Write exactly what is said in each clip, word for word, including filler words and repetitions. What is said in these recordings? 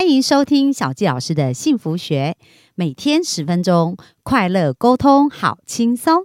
欢迎收听小纪老师的幸福学，每天十分钟，快乐沟通好轻松。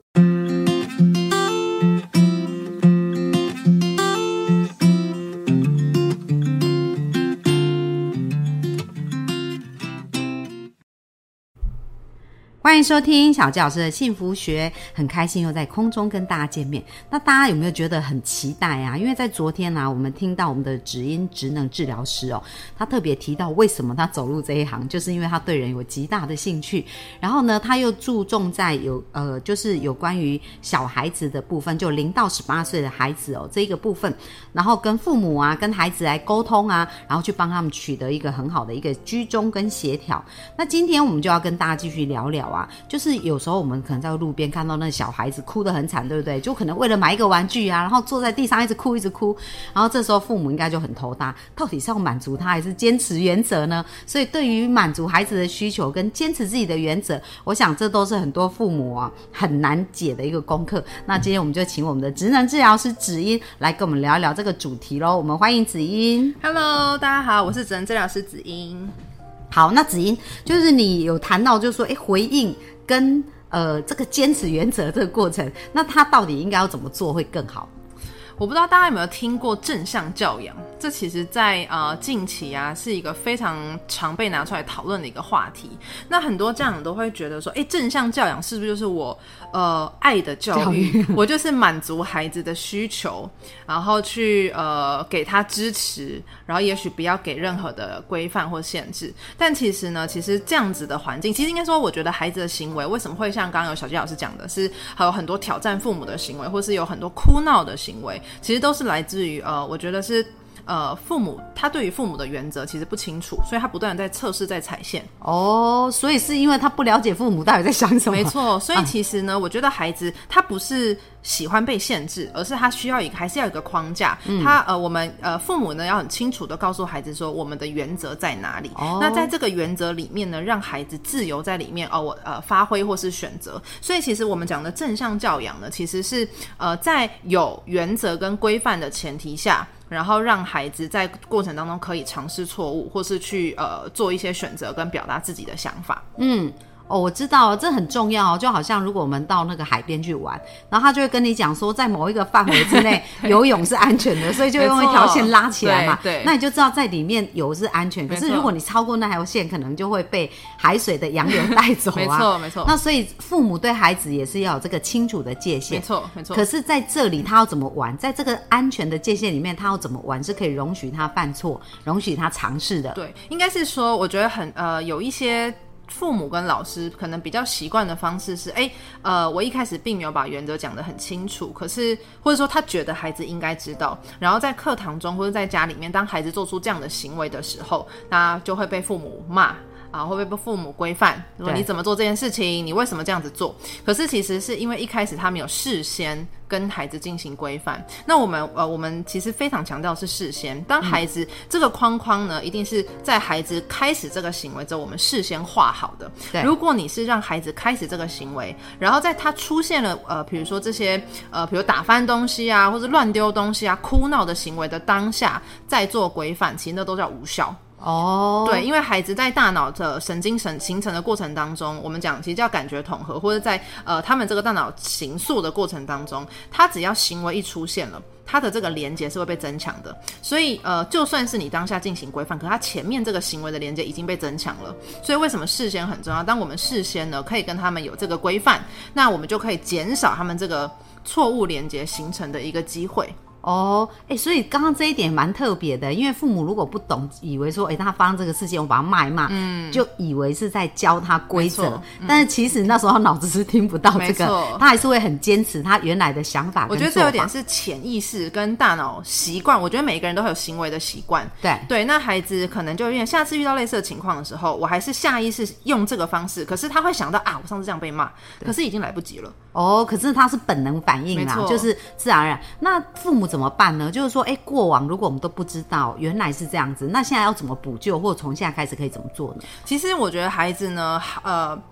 欢迎收听小纪老师的幸福学，很开心又在空中跟大家见面。那大家有没有觉得很期待啊？因为在昨天啊，我们听到我们的止音职能治疗师哦，他特别提到为什么他走入这一行，就是因为他对人有极大的兴趣。然后呢，他又注重在有呃，就是有关于小孩子的部分，就零到十八岁的孩子哦这一个部分，然后跟父母啊、跟孩子来沟通啊，然后去帮他们取得一个很好的一个居中跟协调。那今天我们就要跟大家继续聊聊啊。就是有时候我们可能在路边看到那小孩子哭得很惨，对不对？就可能为了买一个玩具啊，然后坐在地上一直哭一直哭，然后这时候父母应该就很头大，到底是要满足他还是坚持原则呢？所以对于满足孩子的需求跟坚持自己的原则，我想这都是很多父母啊很难解的一个功课。那今天我们就请我们的职能治疗师子音来跟我们聊一聊这个主题咯。我们欢迎子音。 Hello， 大家好，我是职能治疗师子音。 好，那子音就是你有谈到就是说诶回应跟呃这个坚持原则这个过程，那他到底应该要怎么做会更好？ 我不知道大家有没有听过正向教养，这其实在呃近期啊是一个非常常被拿出来讨论的一个话题。那很多家长都会觉得说，哎，正向教养是不是就是我呃爱的教育？教育我就是满足孩子的需求，然后去呃给他支持，然后也许不要给任何的规范或限制。但其实呢，其实这样子的环境，其实应该说，我觉得孩子的行为为什么会像刚刚有小纪老师讲的，是还有很多挑战父母的行为，或是有很多哭闹的行为。其实都是来自于呃，我觉得是呃，父母他对于父母的原则其实不清楚，所以他不断的在测试在踩线。哦， 所以是因为他不了解父母到底在想什么。 没错，所以其实呢、啊、我觉得孩子他不是喜欢被限制，而是他需要一个还是要有一个框架。嗯、他呃，我们呃父母呢要很清楚的告诉孩子说我们的原则在哪里。哦、那在这个原则里面呢，让孩子自由在里面哦，我呃发挥或是选择。所以其实我们讲的正向教养呢，其实是呃在有原则跟规范的前提下。然后让孩子在过程当中可以尝试错误，或是去呃做一些选择跟表达自己的想法。 嗯。哦，我知道这很重要，就好像如果我们到那个海边去玩，然后他就会跟你讲说在某一个范围之内游泳是安全的，所以就用一条线拉起来嘛，对，那你就知道在里面游是安全。可是如果你超过那条线，可能就会被海水的洋流带走啊。 没错没错。 那所以父母对孩子也是要有这个清楚的界限。 没错没错。 可是在这里他要怎么玩，在这个安全的界限里面他要怎么玩，是可以容许他犯错，容许他尝试的。 对，应该是说我觉得很呃有一些父母跟老师可能比较习惯的方式是，哎，呃，我一开始并没有把原则讲得很清楚，可是或者说他觉得孩子应该知道，然后在课堂中或者在家里面，当孩子做出这样的行为的时候，那就会被父母骂。啊，会不会被父母规范？说你怎么做这件事情？你为什么这样子做？可是其实是因为一开始他没有事先跟孩子进行规范。那我们呃，我们其实非常强调是事先。当孩子、嗯、这个框框呢，一定是在孩子开始这个行为之后，我们事先画好的。对，如果你是让孩子开始这个行为，然后在他出现了呃，比如说这些呃，比如打翻东西啊，或者乱丢东西啊、哭闹的行为的当下，再做规范，其实那都叫无效。哦，对，因为孩子在大脑的神经神形成的过程当中，我们讲其实叫感觉统合，或者在呃他们这个大脑形塑的过程当中，他只要行为一出现了，他的这个连结是会被增强的。所以呃，就算是你当下进行规范，可他前面这个行为的连结已经被增强了。所以为什么事先很重要？当我们事先呢可以跟他们有这个规范，那我们就可以减少他们这个错误连结形成的一个机会。 哦，哎，所以刚刚这一点蛮特别的，因为父母如果不懂，以为说，哎，他发生这个事情，我把他骂一骂，嗯，就以为是在教他规则，嗯、但是其实那时候他脑子是听不到这个，他还是会很坚持他原来的想法跟做法。 我觉得这有点是潜意识跟大脑习惯，我觉得每个人都会有行为的习惯， 对对。那孩子可能就因为下次遇到类似的情况的时候，我还是下意识用这个方式，可是他会想到啊，我上次这样被骂，可是已经来不及了。 哦，可是他是本能反应啦，就是自然而然。那父母怎么办呢？就是说，哎，过往如果我们都不知道原来是这样子，那现在要怎么补救，或者从现在开始可以怎么做呢？ 其实我觉得孩子呢，呃。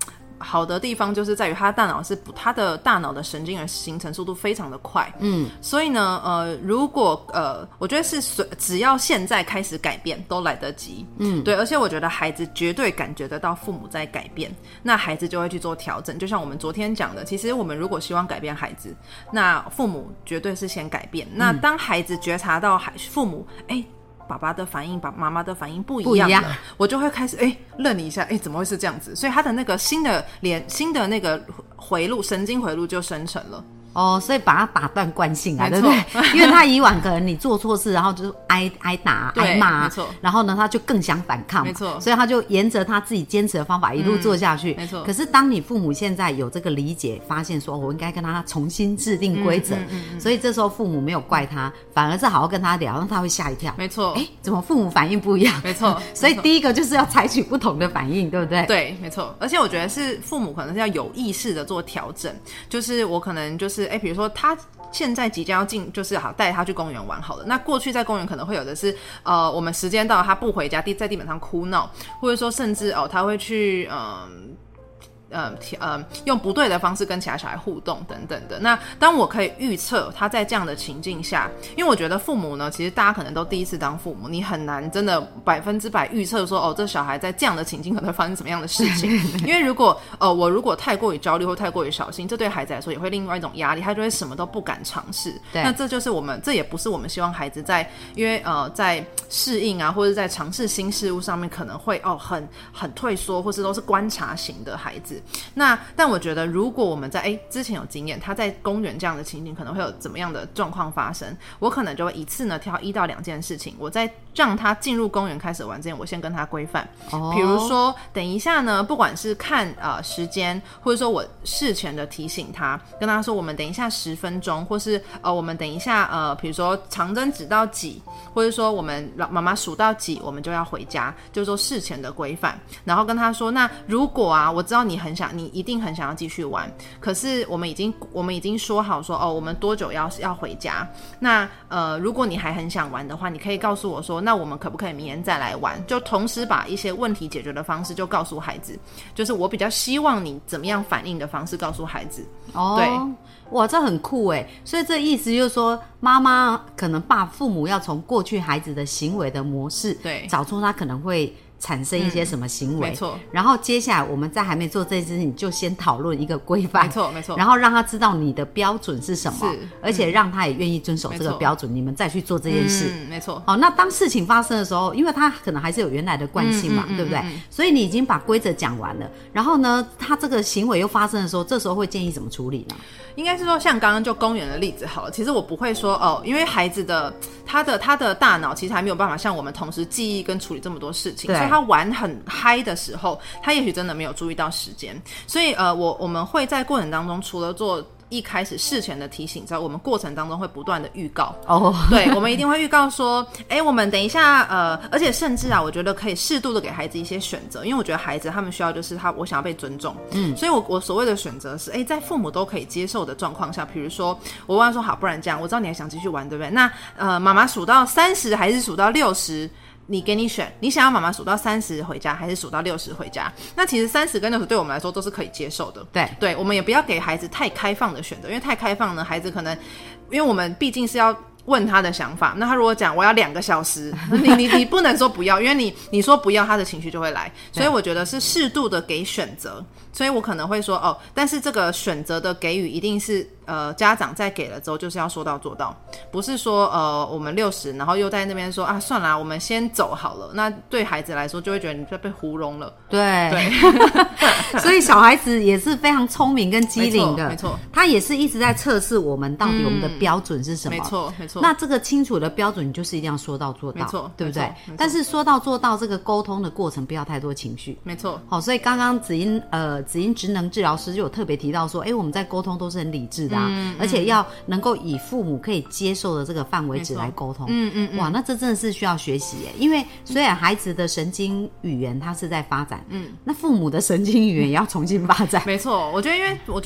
好的地方就是在于他的大脑是不，他的大脑的神经元形成速度非常的快，嗯，所以呢，呃，如果呃，我觉得是只要现在开始改变都来得及，嗯，对，而且我觉得孩子绝对感觉得到父母在改变，那孩子就会去做调整。就像我们昨天讲的，其实我们如果希望改变孩子，那父母绝对是先改变。那当孩子觉察到孩父母，哎。爸爸的反应，爸妈妈的反应不一样了，我就会开始哎愣一下，哎怎么会是这样子？所以他的那个新的连新的那个回路，神经回路就生成了。 哦，所以把它打断惯性啊，对不对？因为他以往可能你做错事，然后就挨挨打、挨骂， 没错。 然后呢，他就更想反抗， 没错。 所以他就沿着他自己坚持的方法一路做下去， 嗯、没错。 可是当你父母现在有这个理解，发现说我应该跟他重新制定规则，嗯嗯嗯嗯、所以这时候父母没有怪他，反而是好好跟他聊，让他会吓一跳。 没错。 哎，怎么父母反应不一样？ 没错。 所以第一个就是要采取不同的反应，对不对？ 对，没错。而且我觉得是父母可能是要有意识的做调整，就是我可能就是哎，比如说他。现在即将要进，就是好带他去公园玩好了。那过去在公园可能会有的是，呃，我们时间到了他不回家，地在地板上哭闹，或者说甚至哦他会去嗯。呃呃呃，用不对的方式跟其他小孩互动等等的。那当我可以预测他在这样的情境下，因为我觉得父母呢，其实大家可能都第一次当父母，你很难真的百分之百预测说，哦，这小孩在这样的情境可能会发生什么样的事情。因为如果呃我如果太过于焦虑或太过于小心，这对孩子来说也会另外一种压力，他就会什么都不敢尝试。那这就是我们，这也不是我们希望孩子在，因为呃在适应啊，或者在尝试新事物上面可能会哦很很退缩，或是都是观察型的孩子。那但我觉得如果我们在哎之前有经验，他在公园这样的情景可能会有怎么样的状况发生，我可能就会一次呢挑一到两件事情，我在让他进入公园开始玩之前，我先跟他规范。哦，比如说等一下呢，不管是看呃时间，或者说我事前的提醒他，跟他说我们等一下十分钟，或是呃我们等一下呃比如说长针指到几，或者说我们妈妈数到几，我们就要回家，就是说事前的规范。然后跟他说，那如果啊我知道你很想你一定很想要继续玩，可是我们已经我们已经说好说哦我们多久要要回家，那呃如果你还很想玩的话，你可以告诉我说，那我们可不可以明天再来玩，就同时把一些问题解决的方式就告诉孩子，就是我比较希望你怎么样反应的方式告诉孩子。哦，对， 哇，这很酷耶。所以这意思就是说，妈妈可能爸父母要从过去孩子的行为的模式，对，找出他可能会产生一些什么行为，嗯，没错。然后接下来我们在还没做这件事情，就先讨论一个规范， 没错没错。 然后让他知道你的标准是什么，是，而且让他也愿意遵守这个标准，你们再去做这件事。 嗯，没错。 好，那当事情发生的时候，因为他可能还是有原来的惯性嘛，嗯嗯嗯嗯，对不对？所以你已经把规则讲完了，然后呢，他这个行为又发生的时候，这时候会建议怎么处理呢？ 应该是说，像刚刚就公园的例子好了，其实我不会说哦，因为孩子的他的他的大脑其实还没有办法像我们同时记忆跟处理这么多事情，所以他玩很嗨的时候，他也许真的没有注意到时间，所以呃，我我们会在过程当中除了做一开始事前的提醒之后，我们过程当中会不断的预告哦， oh. 对，我们一定会预告说，哎，我们等一下，呃，而且甚至啊，我觉得可以适度的给孩子一些选择，因为我觉得孩子他们需要就是他，我想要被尊重，嗯，所以我我所谓的选择是，哎，在父母都可以接受的状况下，比如说我问他说，好，不然这样，我知道你还想继续玩，对不对？那呃，妈妈数到三十还是数到六十？你给你选，你想要妈妈数到三十回家，还是数到六十回家？那其实三十跟六十对我们来说都是可以接受的。对对，我们也不要给孩子太开放的选择，因为太开放呢，孩子可能，因为我们毕竟是要问他的想法，那他如果讲我要两个小时，你你你不能说不要，因为你你说不要，他的情绪就会来。所以我觉得是适度的给选择，所以我可能会说哦，但是这个选择的给予一定是呃家长在给了之后就是要说到做到，不是说呃我们六十然后又在那边说啊算啦，我们先走好了，那对孩子来说就会觉得你被糊弄了。对对，所以小孩子也是非常聪明跟机灵的， 没错， 他也是一直在测试我们到底我们的标准是什么。 嗯、没错没错。 那这个清楚的标准，你就是一定要说到做到，没错，对不对？但是说到做到，这个沟通的过程不要太多情绪， 没错。 好，所以刚刚子英呃子英职能治疗师就有特别提到说，哎，我们在沟通都是很理智的啊，嗯嗯、而且要能够以父母可以接受的这个范围值来沟通。嗯嗯嗯。哇，那这真的是需要学习耶，因为虽然孩子的神经语言它是在发展，嗯，那父母的神经语言也要重新发展。 没错，我觉得因为我觉得。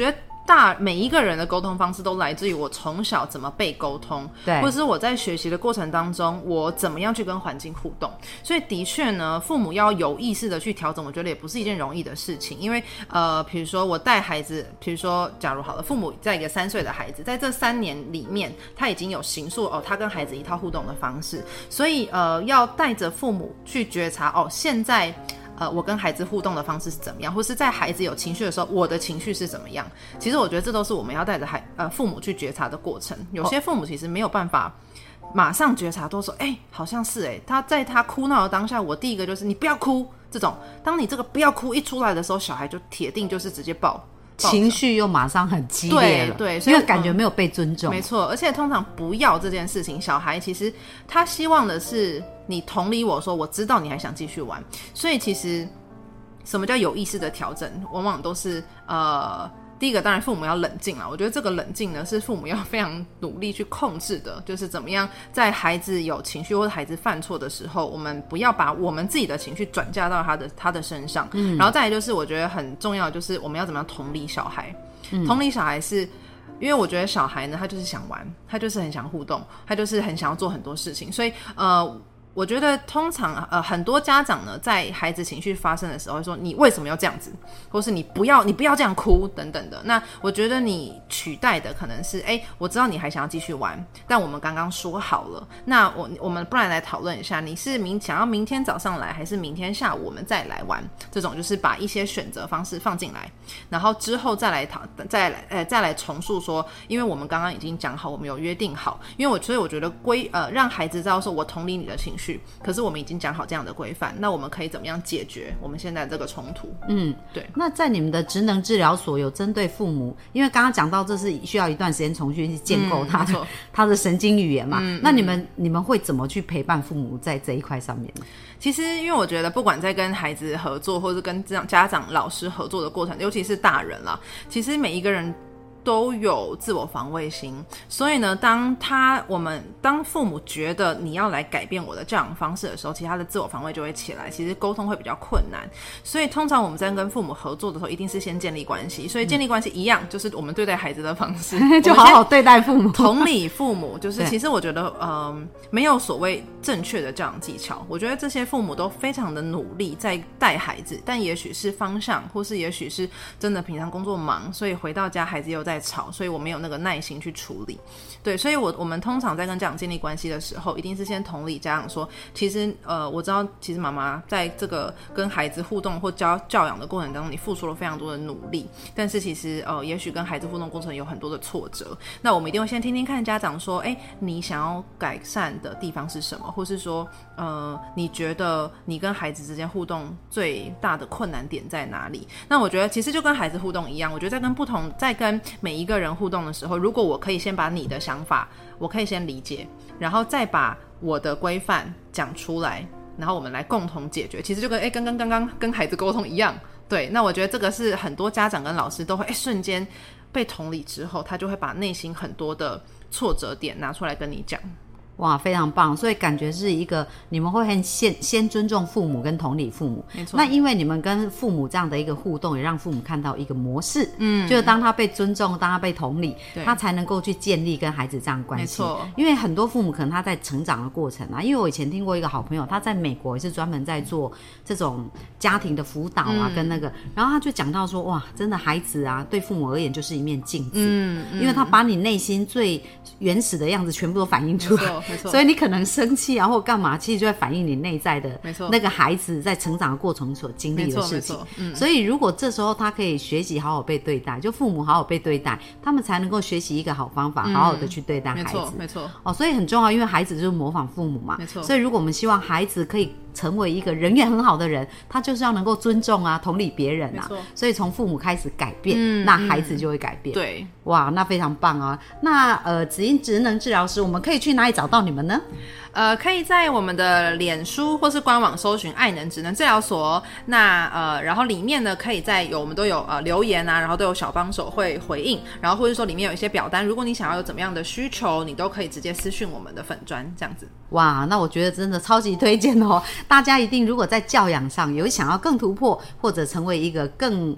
大每一个人的沟通方式都来自于我从小怎么被沟通， 对， 或者是我在学习的过程当中我怎么样去跟环境互动。所以的确呢，父母要有意识的去调整，我觉得也不是一件容易的事情。因为呃，比如说我带孩子，比如说假如好了，父母在一个三岁的孩子，在这三年里面，他已经有形塑哦，他跟孩子一套互动的方式，所以呃，要带着父母去觉察哦，现在。呃，我跟孩子互动的方式是怎么样，或是在孩子有情绪的时候，我的情绪是怎么样？其实我觉得这都是我们要带着孩呃父母去觉察的过程。有些父母其实没有办法马上觉察，都说哎、欸，好像是哎、欸，他在他哭闹的当下，我第一个就是你不要哭。这种，当你这个不要哭一出来的时候，小孩就铁定就是直接爆。 情绪又马上很激烈了， 对对，所以因为感觉没有被尊重、 嗯、没错。而且通常不要这件事情，小孩其实他希望的是你同理我说我知道你还想继续玩，所以其实什么叫有意识的调整，往往都是呃第一个当然父母要冷静啦，我觉得这个冷静呢是父母要非常努力去控制的，就是怎么样在孩子有情绪或者孩子犯错的时候，我们不要把我们自己的情绪转嫁到他的他的身上、嗯、然后再来就是我觉得很重要的就是我们要怎么样同理小孩、嗯、同理小孩是因为我觉得小孩呢他就是想玩，他就是很想互动，他就是很想要做很多事情，所以呃我觉得通常呃很多家长呢在孩子情绪发生的时候会说你为什么要这样子，或是你不要你不要这样哭等等的。那我觉得你取代的可能是哎，我知道你还想要继续玩，但我们刚刚说好了，那我我们不然来讨论一下，你是明想要明天早上来还是明天下午我们再来玩，这种就是把一些选择方式放进来，然后之后再来讨再来呃再来重述说，因为我们刚刚已经讲好，我们有约定好，因为我所以我觉得规呃让孩子知道说我同理你的情绪，可是我们已经讲好这样的规范，那我们可以怎么样解决我们现在这个冲突。 嗯， 对。 那在你们的职能治疗所有针对父母，因为刚刚讲到这是需要一段时间重新去建构他的、嗯、他的神经语言嘛、嗯、那你们、嗯、你们会怎么去陪伴父母在这一块上面呢？ 其实因为我觉得不管在跟孩子合作或是跟家长老师合作的过程，尤其是大人啦，其实每一个人都有自我防卫心，所以呢当他我们当父母觉得你要来改变我的教养方式的时候，其实他的自我防卫就会起来，其实沟通会比较困难。所以通常我们在跟父母合作的时候一定是先建立关系，所以建立关系一样、嗯、就是我们对待孩子的方式就好好对待父母， 同理父母，就是其实我觉得嗯，没有所谓正确的教养技巧，我觉得这些父母都非常的努力在带孩子，但也许是方向，或是也许是真的平常工作忙，所以回到家孩子又在吵，所以我没有那个耐心去处理。对，所以我我们通常在跟家长建立关系的时候，一定是先同理家长说，其实呃，我知道其实妈妈在这个跟孩子互动或教教养的过程当中，你付出了非常多的努力，但是其实呃，也许跟孩子互动过程有很多的挫折。那我们一定会先听听看家长说，哎，你想要改善的地方是什么，或是说呃，你觉得你跟孩子之间互动最大的困难点在哪里？那我觉得其实就跟孩子互动一样，我觉得在跟不同在跟每一个人互动的时候，如果我可以先把你的想法我可以先理解，然后再把我的规范讲出来，然后我们来共同解决，其实就跟诶跟跟刚刚跟孩子沟通一样。对，那我觉得这个是很多家长跟老师都会诶瞬间被同理之后，他就会把内心很多的挫折点拿出来跟你讲。 哇，非常棒！所以感觉是一个你们会很先先尊重父母跟同理父母， 没错。 那因为你们跟父母这样的一个互动，也让父母看到一个模式，嗯，就是当他被尊重，当他被同理，他才能够去建立跟孩子这样关系。没错。因为很多父母可能他在成长的过程啊，因为我以前听过一个好朋友，他在美国也是专门在做这种家庭的辅导啊，嗯、跟那个，然后他就讲到说，哇，真的孩子啊，对父母而言就是一面镜子，嗯，嗯因为他把你内心最原始的样子全部都反映出来。所以你可能生气啊或干嘛，其实就会反映你内在的那个孩子在成长的过程所经历的事情。嗯、所以如果这时候他可以学习好好被对待，就父母好好被对待，他们才能够学习一个好方法，嗯、好好的去对待孩子。没错， 没错。 哦，所以很重要，因为孩子就是模仿父母嘛。没错。所以如果我们希望孩子可以成为一个人缘很好的人，他就是要能够尊重啊，同理别人啊。所以从父母开始改变，嗯、那孩子就会改变。对，哇，那非常棒啊！那呃，子音职能治疗师，我们可以去哪里找到你们呢？ 呃，可以在我们的脸书或是官网搜寻爱能职能治疗所，那呃，然后里面呢可以在有我们都有呃留言啊，然后都有小帮手会回应，然后或者说里面有一些表单，如果你想要有怎么样的需求，你都可以直接私讯我们的粉专这样子。 哇，那我觉得真的超级推荐哦！大家一定如果在教养上有想要更突破，或者成为一个更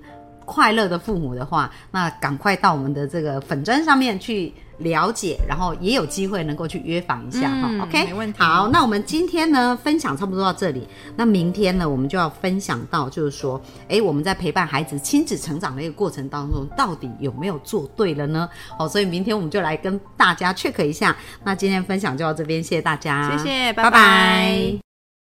快乐的父母的话，那赶快到我们的这个粉专上面去了解，然后也有机会能够去约访一下哈、 嗯、 OK， 没问题。 好，那我们今天呢分享差不多到这里，那明天呢我们就要分享到就是说，哎，我们在陪伴孩子亲子成长的一个过程当中，到底有没有做对了呢？好，所以明天我们就来跟大家 check 一下。那今天分享就到这边，谢谢大家， 谢谢， 拜拜。